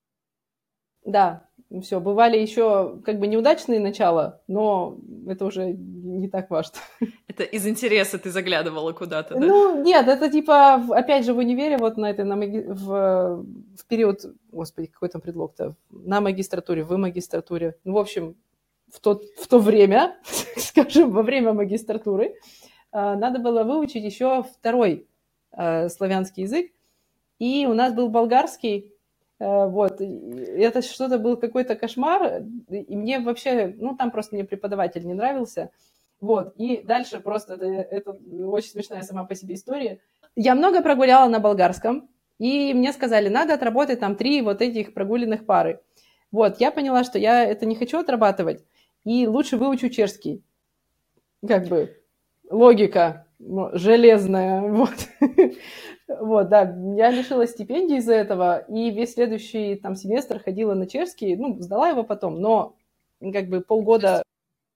Да, все. Бывали еще как бы неудачные начала, но это уже не так важно. Это из интереса ты заглядывала куда-то, да? Ну, нет, это типа, опять же, в универе, вот на этой, на маги... в, в период, господи, какой там предлог-то, на магистратуре, в магистратуре, ну, в общем, в то, в то время, скажем, во время магистратуры, надо было выучить еще второй славянский язык, и у нас был болгарский. Вот, это что-то был какой-то кошмар, и мне вообще, ну, там просто мне преподаватель не нравился, вот, и дальше просто, это, это очень смешная сама по себе история. Я много прогуляла на болгарском, и мне сказали, надо отработать там три вот этих прогуленных пары. Вот, я поняла, что я это не хочу отрабатывать, и лучше выучу чешский. Как бы логика железная, вот. Вот, да, я лишилась стипендии из-за этого, и весь следующий там семестр ходила на чешский, ну, сдала его потом, но как бы полгода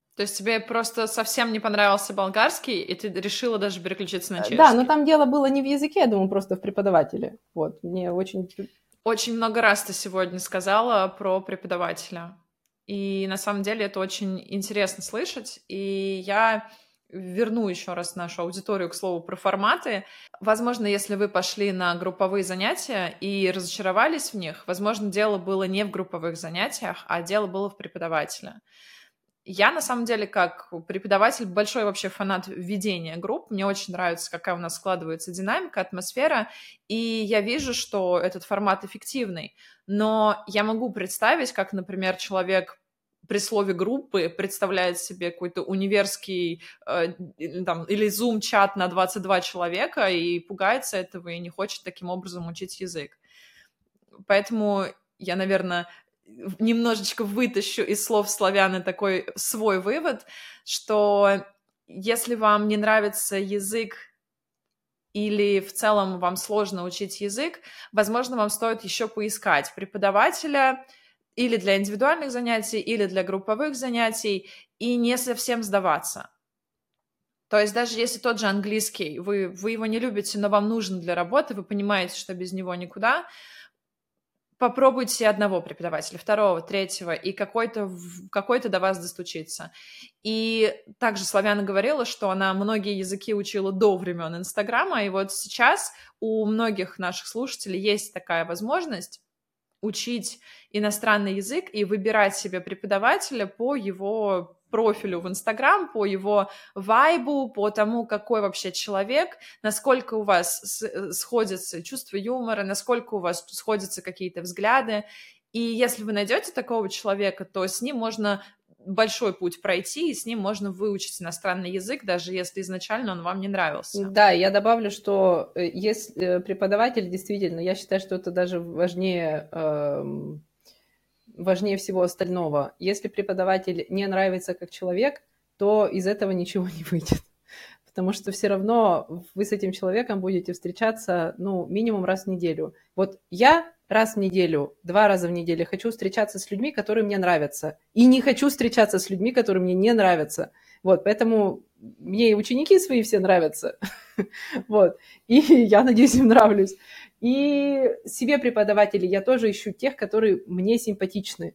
То есть тебе просто совсем не понравился болгарский, и ты решила даже переключиться на чешский? Да, но там дело было не в языке, я думаю, просто в преподавателе. Вот, мне очень... Очень много раз ты сегодня сказала про преподавателя. И на самом деле это очень интересно слышать. И я верну еще раз нашу аудиторию к слову про форматы. Возможно, если вы пошли на групповые занятия и разочаровались в них, возможно, дело было не в групповых занятиях, а дело было в преподавателе. Я, на самом деле, как преподаватель, большой вообще фанат ведения групп. Мне очень нравится, какая у нас складывается динамика, атмосфера, и я вижу, что этот формат эффективный. Но я могу представить, как, например, человек при слове группы представляет себе какой-то универский э, там, или зум-чат на двадцать два человека и пугается этого и не хочет таким образом учить язык. Поэтому я, наверное... немножечко вытащу из слов славяны такой свой вывод, что если вам не нравится язык или в целом вам сложно учить язык, возможно, вам стоит еще поискать преподавателя или для индивидуальных занятий, или для групповых занятий, и не совсем сдаваться. То есть даже если тот же английский, вы, вы его не любите, но вам нужен для работы, вы понимаете, что без него никуда, попробуйте одного преподавателя, второго, третьего, и какой-то, какой-то до вас достучится. И также Славяна говорила, что она многие языки учила до времен Инстаграма, и вот сейчас у многих наших слушателей есть такая возможность учить иностранный язык и выбирать себе преподавателя по его профилю в Инстаграм, по его вайбу, по тому, какой вообще человек, насколько у вас сходятся чувства юмора, насколько у вас сходятся какие-то взгляды. И если вы найдете такого человека, то с ним можно большой путь пройти, и с ним можно выучить иностранный язык, даже если изначально он вам не нравился. Да, я добавлю, что если преподаватель действительно, я считаю, что это даже важнее... Эм... важнее всего остального. Если преподаватель не нравится как человек, то из этого ничего не выйдет. Потому что все равно вы с этим человеком будете встречаться, ну, минимум раз в неделю. Вот я раз в неделю, два раза в неделю хочу встречаться с людьми, которые мне нравятся. И не хочу встречаться с людьми, которые мне не нравятся. Вот, поэтому мне и ученики свои все нравятся. Вот. И я надеюсь, им нравлюсь. И себе преподавателей я тоже ищу тех, которые мне симпатичны,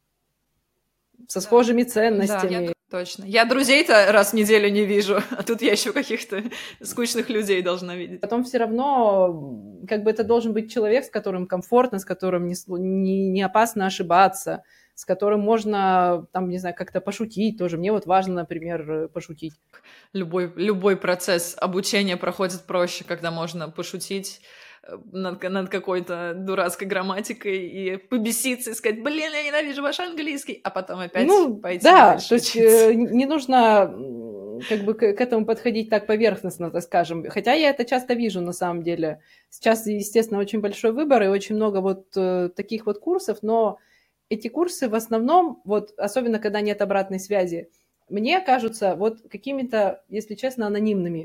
со схожими ценностями. Да, я, точно. Я друзей-то раз в неделю не вижу, а тут я еще каких-то скучных людей должна видеть. Потом все равно, как бы это должен быть человек, с которым комфортно, с которым не, не, не опасно ошибаться, с которым можно, там, не знаю, как-то пошутить тоже. Мне вот важно, например, пошутить. Любой, любой процесс обучения проходит проще, когда можно пошутить над, над какой-то дурацкой грамматикой и побеситься и сказать: блин, я ненавижу ваш английский, а потом опять ну, пойти да, дальше то есть учиться. Не нужно как бы к этому подходить так поверхностно, так скажем. Хотя я это часто вижу на самом деле. Сейчас, естественно, очень большой выбор и очень много вот таких вот курсов, но эти курсы в основном, вот особенно когда нет обратной связи, мне кажутся вот какими-то, если честно, анонимными.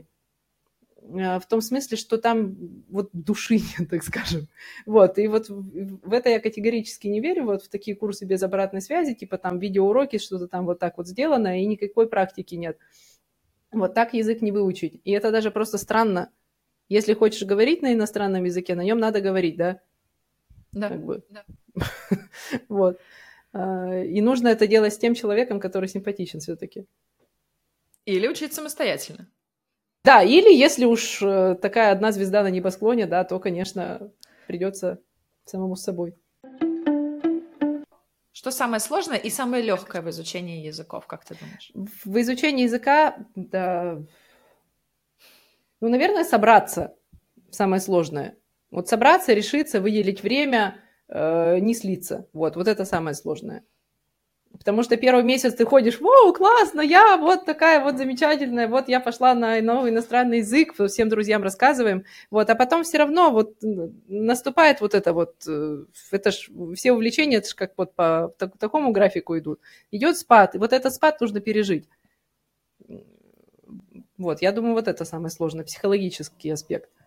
В том смысле, что там вот души нет, так скажем. Вот, и вот в это я категорически не верю, вот в такие курсы без обратной связи, типа там видеоуроки, что-то там вот так вот сделано, и никакой практики нет. Вот так язык не выучить. И это даже просто странно. Если хочешь говорить на иностранном языке, на нем надо говорить, да? Да. Как бы. Да. Вот. И нужно это делать с тем человеком, который симпатичен все-таки. Или учить самостоятельно. Да, или если уж такая одна звезда на небосклоне, да, то, конечно, придется самому с собой. Что самое сложное и самое легкое в изучении языков, как ты думаешь? В изучении языка, да, ну, наверное, собраться самое сложное. Вот собраться, решиться, выделить время, э, не слиться. Вот, вот это самое сложное. Потому что первый месяц ты ходишь: вау, классно, я вот такая вот замечательная, вот я пошла на новый иностранный язык, всем друзьям рассказываем, вот, а потом все равно вот наступает вот это вот, это ж, все увлечения, это ж как вот по так, такому графику идут, идет спад, и вот этот спад нужно пережить. Вот, я думаю, вот это самый сложный психологический аспект.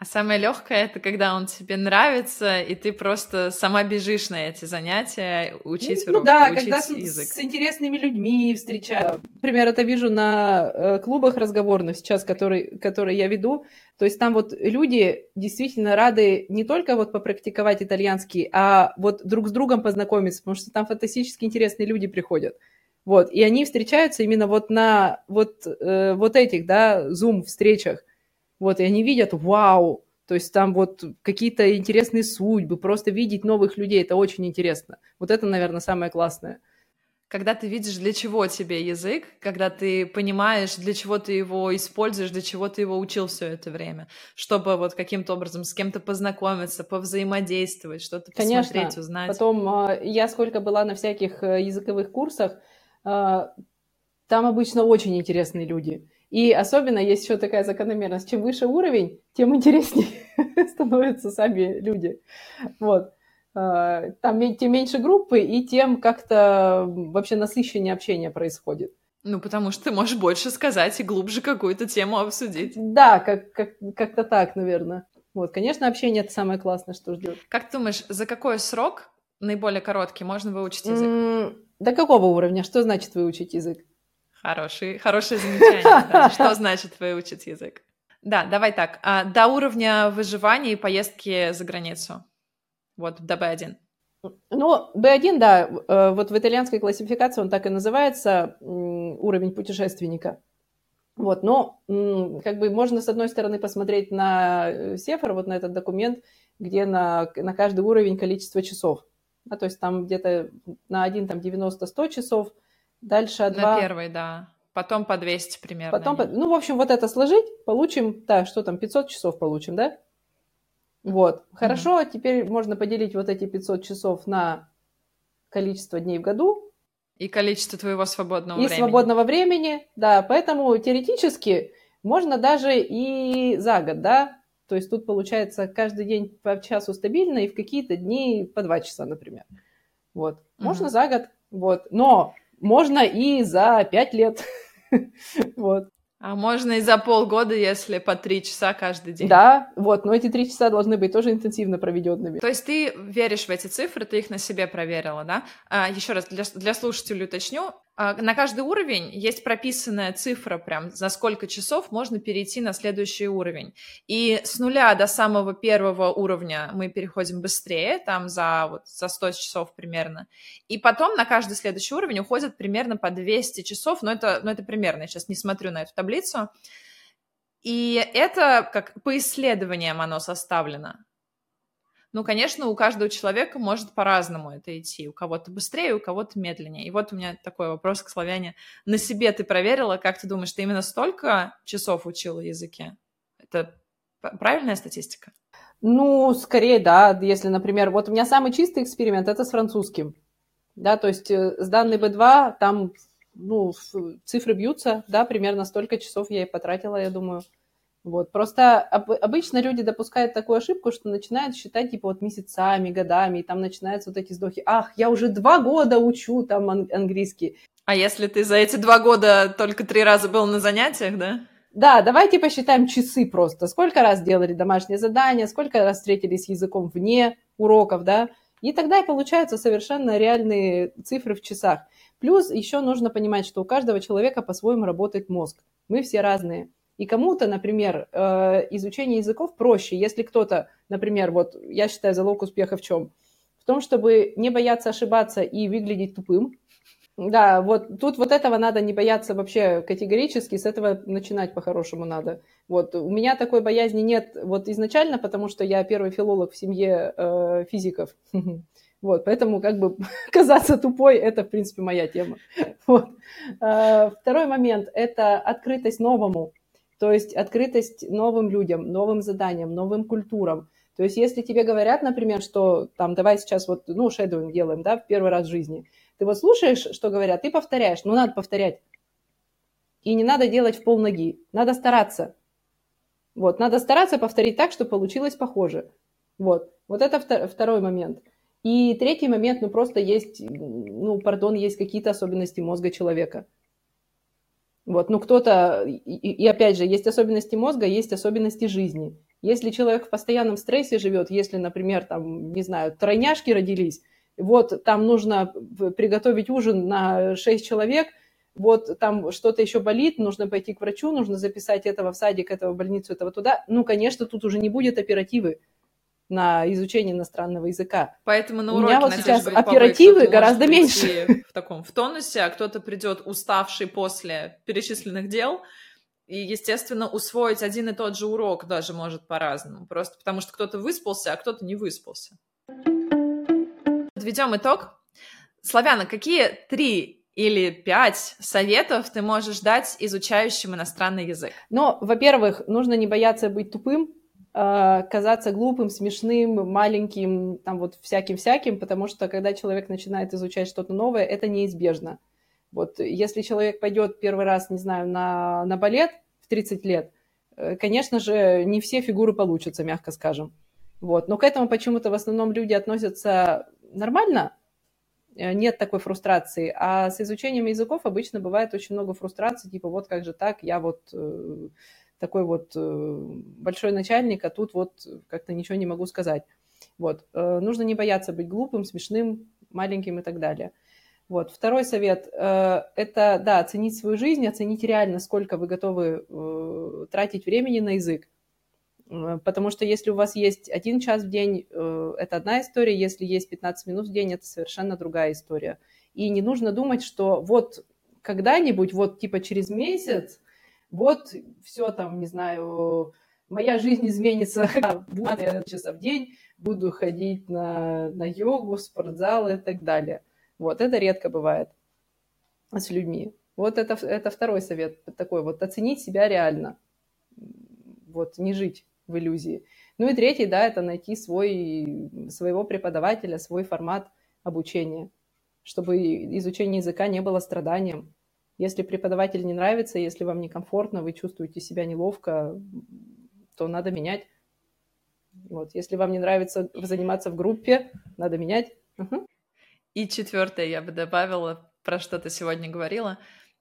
А самое легкое это когда он тебе нравится, и ты просто сама бежишь на эти занятия, учить, Ну ру- да, учить когда с, язык. с интересными людьми встречаю. Например, это вижу на э, клубах разговорных сейчас, которые, которые я веду. То есть там вот люди действительно рады не только вот попрактиковать итальянский, а вот друг с другом познакомиться, потому что там фантастически интересные люди приходят. Вот, и они встречаются именно вот на вот, э, вот этих, да, Zoom-встречах. Вот, и они видят, вау, то есть там вот какие-то интересные судьбы, просто видеть новых людей, это очень интересно. Вот это, наверное, самое классное. Когда ты видишь, для чего тебе язык, когда ты понимаешь, для чего ты его используешь, для чего ты его учил все это время, чтобы вот каким-то образом с кем-то познакомиться, повзаимодействовать, что-то посмотреть, Конечно. узнать. Потом э, я сколько была на всяких э, языковых курсах, э, там обычно очень интересные люди. И особенно есть еще такая закономерность, чем выше уровень, тем интереснее становятся сами люди. Вот. Э, Там ме- тем меньше группы, и тем как-то вообще насыщеннее общение происходит. Ну, потому что ты можешь больше сказать и глубже какую-то тему обсудить. Да, как, как, как-то так, наверное. Вот, конечно, общение – это самое классное, что ждет. Как ты думаешь, за какой срок, наиболее короткий, можно выучить язык? М, До какого уровня? Что значит выучить язык? Хороший, хорошее замечание. Да. Что значит выучить язык? Да, давай так. А, до уровня выживания и поездки за границу. Вот, до бэ один. Ну, бэ один, да, э, вот в итальянской классификации он так и называется, м, уровень путешественника. Вот, но м, как бы можно, с одной стороны, посмотреть на э, Сефер, вот на этот документ, где на, на каждый уровень количество часов. Да, то есть там где-то на один там девяносто-сто часов, дальше а два... На первый, да. Потом по двести примерно. Потом, по- ну, в общем, вот это сложить, получим, да, что там, пятьсот часов получим, да? Вот, хорошо, теперь можно поделить вот эти пятьсот часов на количество дней в году. И количество твоего свободного И времени. свободного времени, да, поэтому теоретически можно даже и за год, да, то есть тут получается каждый день по часу стабильно и в какие-то дни по два часа, например. Вот, можно Мгм. за год, вот, но можно и за пять лет, вот. А можно и за полгода, если по три часа каждый день. Да, вот, но эти три часа должны быть тоже интенсивно проведенными. То есть ты веришь в эти цифры, ты их на себе проверила, да? А, еще раз для, для слушателей уточню. А, на каждый уровень есть прописанная цифра, прям за сколько часов можно перейти на следующий уровень. И с нуля до самого первого уровня мы переходим быстрее, там за, вот, за сто часов примерно. И потом на каждый следующий уровень уходит примерно по двести часов, но это, но это примерно, я сейчас не смотрю на эту таблицу. И это как по исследованиям оно составлено. Ну, конечно, у каждого человека может по-разному это идти. У кого-то быстрее, у кого-то медленнее. И вот у меня такой вопрос к Славяне. На себе ты проверила, как ты думаешь, ты именно столько часов учила языке? Это правильная статистика? Ну, скорее, да, если, например, вот у меня самый чистый эксперимент – это с французским. Да, то есть э, с данной бэ два там, ну, цифры бьются, да, примерно столько часов я и потратила, я думаю. Вот. Просто об, обычно люди допускают такую ошибку, что начинают считать типа вот месяцами, годами, и там начинаются вот эти вздохи. Ах, я уже два года учу там ан- английский. А если ты за эти два года только три раза был на занятиях, да? Да, давайте посчитаем часы просто. Сколько раз делали домашнее задание, сколько раз встретились с языком вне уроков, да? И тогда и получаются совершенно реальные цифры в часах. Плюс еще нужно понимать, что у каждого человека по-своему работает мозг. Мы все разные. И кому-то, например, изучение языков проще, если кто-то, например, вот я считаю залог успеха в чем? В том, чтобы не бояться ошибаться и выглядеть тупым. Да, вот тут вот этого надо не бояться вообще категорически, с этого начинать по-хорошему надо. Вот у меня такой боязни нет вот изначально, потому что я первый филолог в семье э, физиков. Вот, поэтому как бы казаться тупой – это, в принципе, моя тема. Вот. Второй момент – это открытость новому. То есть открытость новым людям, новым заданиям, новым культурам. То есть если тебе говорят, например, что там давай сейчас вот, ну, шедоуинг делаем, да, в первый раз в жизни. Ты вот слушаешь, что говорят, ты повторяешь. Ну, надо повторять. И не надо делать в полноги. Надо стараться. Вот, надо стараться повторить так, чтобы получилось похоже. Вот, вот это второй момент. И третий момент, ну, просто есть, ну, пардон, есть какие-то особенности мозга человека. Вот, ну, кто-то, и, и опять же, есть особенности мозга, есть особенности жизни. Если человек в постоянном стрессе живет, если, например, там, не знаю, тройняшки родились, вот там нужно приготовить ужин на шесть человек, вот там что-то еще болит, нужно пойти к врачу, нужно записать этого в садик, этого в больницу, этого туда. Ну, конечно, тут уже не будет оперативы на изучение иностранного языка. Поэтому на У уроке меня вот на сейчас те же оперативы гораздо меньше. В таком, в тонусе, а кто-то придет уставший после перечисленных дел, и, естественно, усвоить один и тот же урок даже может по-разному, просто потому что кто-то выспался, а кто-то не выспался. Подведем итог. Славяна, какие три или пять советов ты можешь дать изучающим иностранный язык? Ну, во-первых, нужно не бояться быть тупым, э, казаться глупым, смешным, маленьким, там вот всяким-всяким, потому что когда человек начинает изучать что-то новое, это неизбежно. Вот если человек пойдет первый раз, не знаю, на, на балет в тридцать лет, э, конечно же, не все фигуры получатся, мягко скажем. Вот. Но к этому почему-то в основном люди относятся нормально, нет такой фрустрации, а с изучением языков обычно бывает очень много фрустрации, типа вот как же так, я вот э, такой вот э, большой начальник, а тут вот как-то ничего не могу сказать. Вот. Э, нужно не бояться быть глупым, смешным, маленьким и так далее. Вот. Второй совет э, – это, да, оценить свою жизнь, оценить реально, сколько вы готовы э, тратить времени на язык. Потому что если у вас есть один час в день, это одна история, если есть пятнадцать минут в день, это совершенно другая история. И не нужно думать, что вот когда-нибудь, вот типа через месяц, вот все там, не знаю, моя жизнь изменится, двадцать часов в день, буду ходить на, на йогу, спортзал и так далее. Вот, это редко бывает с людьми. Вот это, это второй совет такой, вот оценить себя реально, вот не жить в иллюзии. Ну и третий, да, это найти свой, своего преподавателя, свой формат обучения, чтобы изучение языка не было страданием. Если преподаватель не нравится, если вам некомфортно, вы чувствуете себя неловко, то надо менять. Вот. Если вам не нравится заниматься в группе, надо менять. Угу. И четвертое я бы добавила, про что ты сегодня говорила.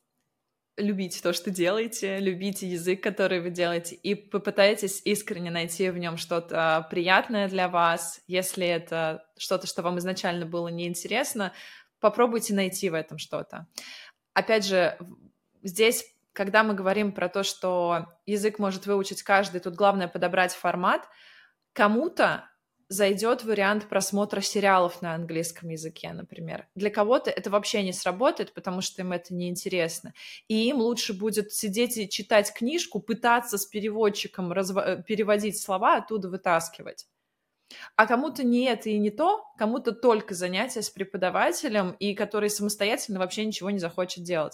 Любите то, что делаете, любите язык, который вы делаете, и попытайтесь искренне найти в нем что-то приятное для вас. Если это что-то, что вам изначально было неинтересно, попробуйте найти в этом что-то. Опять же, здесь, когда мы говорим про то, что язык может выучить каждый, тут главное подобрать формат, кому-то зайдет вариант просмотра сериалов на английском языке, например. Для кого-то это вообще не сработает, потому что им это неинтересно. И им лучше будет сидеть и читать книжку, пытаться с переводчиком разв... переводить слова, оттуда вытаскивать. А кому-то не это и не то, кому-то только занятия с преподавателем, и который самостоятельно вообще ничего не захочет делать.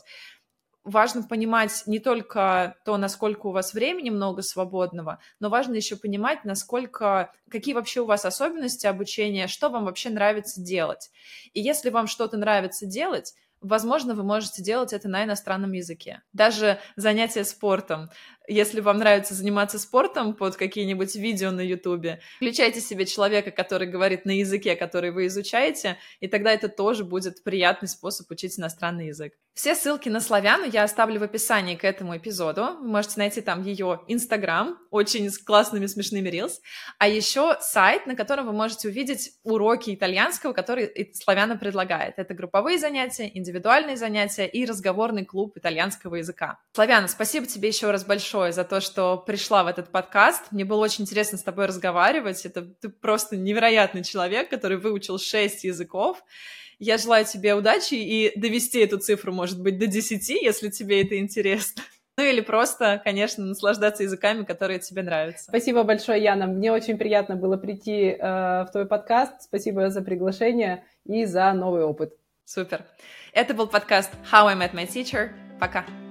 Важно понимать не только то, насколько у вас времени много свободного, но важно еще понимать, насколько, какие вообще у вас особенности обучения, что вам вообще нравится делать. И если вам что-то нравится делать, возможно, вы можете делать это на иностранном языке. Даже занятия спортом. Если вам нравится заниматься спортом под какие-нибудь видео на Ютубе, включайте себе человека, который говорит на языке, который вы изучаете, и тогда это тоже будет приятный способ учить иностранный язык. Все ссылки на Славяну я оставлю в описании к этому эпизоду. Вы можете найти там ее Инстаграм, очень с классными смешными рилс, а еще сайт, на котором вы можете увидеть уроки итальянского, которые Славяна предлагает. Это групповые занятия, индивидуальные занятия и разговорный клуб итальянского языка. Славяна, спасибо тебе еще раз большое за то, что пришла в этот подкаст. Мне было очень интересно с тобой разговаривать. Это ты просто невероятный человек, который выучил шесть языков. Я желаю тебе удачи и довести эту цифру, может быть, до десяти, если тебе это интересно. Ну или просто, конечно, наслаждаться языками, которые тебе нравятся. Спасибо большое, Яна. Мне очень приятно было прийти э, в твой подкаст. Спасибо за приглашение и за новый опыт. Супер. Это был подкаст How I Met My Teacher. Пока.